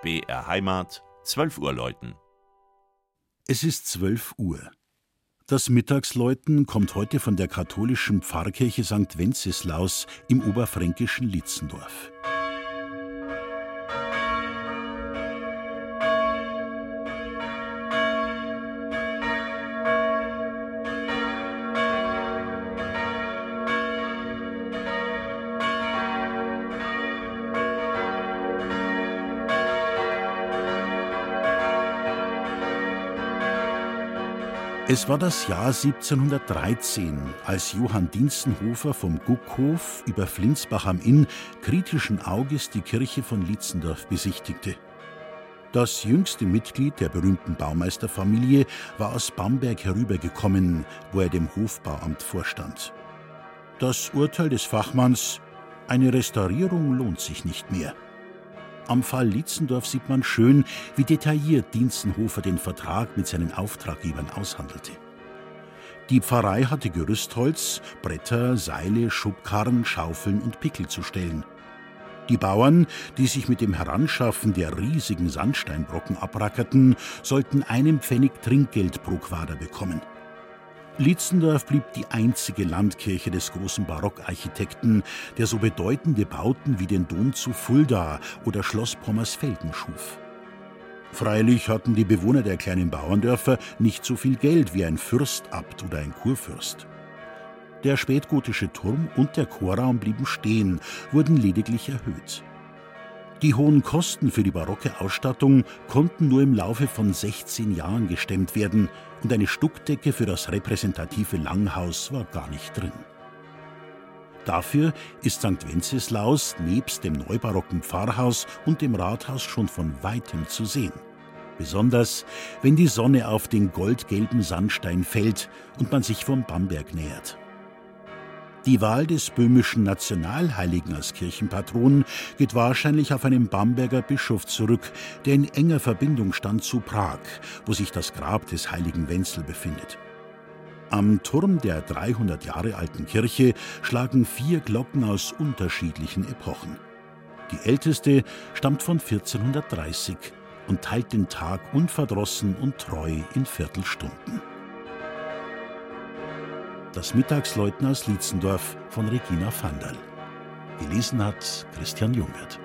BR Heimat, 12 Uhr läuten. Es ist 12 Uhr. Das Mittagsläuten kommt heute von der katholischen Pfarrkirche St. Wenceslaus im oberfränkischen Lietzendorf. Es war das Jahr 1713, als Johann Dienstenhofer vom Guckhof über Flinsbach am Inn kritischen Auges die Kirche von Lietzendorf besichtigte. Das jüngste Mitglied der berühmten Baumeisterfamilie war aus Bamberg herübergekommen, wo er dem Hofbauamt vorstand. Das Urteil des Fachmanns: eine Restaurierung lohnt sich nicht mehr. Am Fall Lietzendorf sieht man schön, wie detailliert Dienstenhofer den Vertrag mit seinen Auftraggebern aushandelte. Die Pfarrei hatte Gerüstholz, Bretter, Seile, Schubkarren, Schaufeln und Pickel zu stellen. Die Bauern, die sich mit dem Heranschaffen der riesigen Sandsteinbrocken abrackerten, sollten 1 Pfennig Trinkgeld pro Quader bekommen. Lietzendorf blieb die einzige Landkirche des großen Barockarchitekten, der so bedeutende Bauten wie den Dom zu Fulda oder Schloss Pommersfelden schuf. Freilich hatten die Bewohner der kleinen Bauerndörfer nicht so viel Geld wie ein Fürstabt oder ein Kurfürst. Der spätgotische Turm und der Chorraum blieben stehen, wurden lediglich erhöht. Die hohen Kosten für die barocke Ausstattung konnten nur im Laufe von 16 Jahren gestemmt werden, und eine Stuckdecke für das repräsentative Langhaus war gar nicht drin. Dafür ist St. Wenceslaus nebst dem neubarocken Pfarrhaus und dem Rathaus schon von weitem zu sehen. Besonders, wenn die Sonne auf den goldgelben Sandstein fällt und man sich vom Bamberg nähert. Die Wahl des böhmischen Nationalheiligen als Kirchenpatron geht wahrscheinlich auf einen Bamberger Bischof zurück, der in enger Verbindung stand zu Prag, wo sich das Grab des heiligen Wenzel befindet. Am Turm der 300 Jahre alten Kirche schlagen 4 Glocken aus unterschiedlichen Epochen. Die älteste stammt von 1430 und teilt den Tag unverdrossen und treu in Viertelstunden. Das Mittagsläuten aus Lietzendorf von Regina Vandal. Gelesen hat Christian Jungwirth.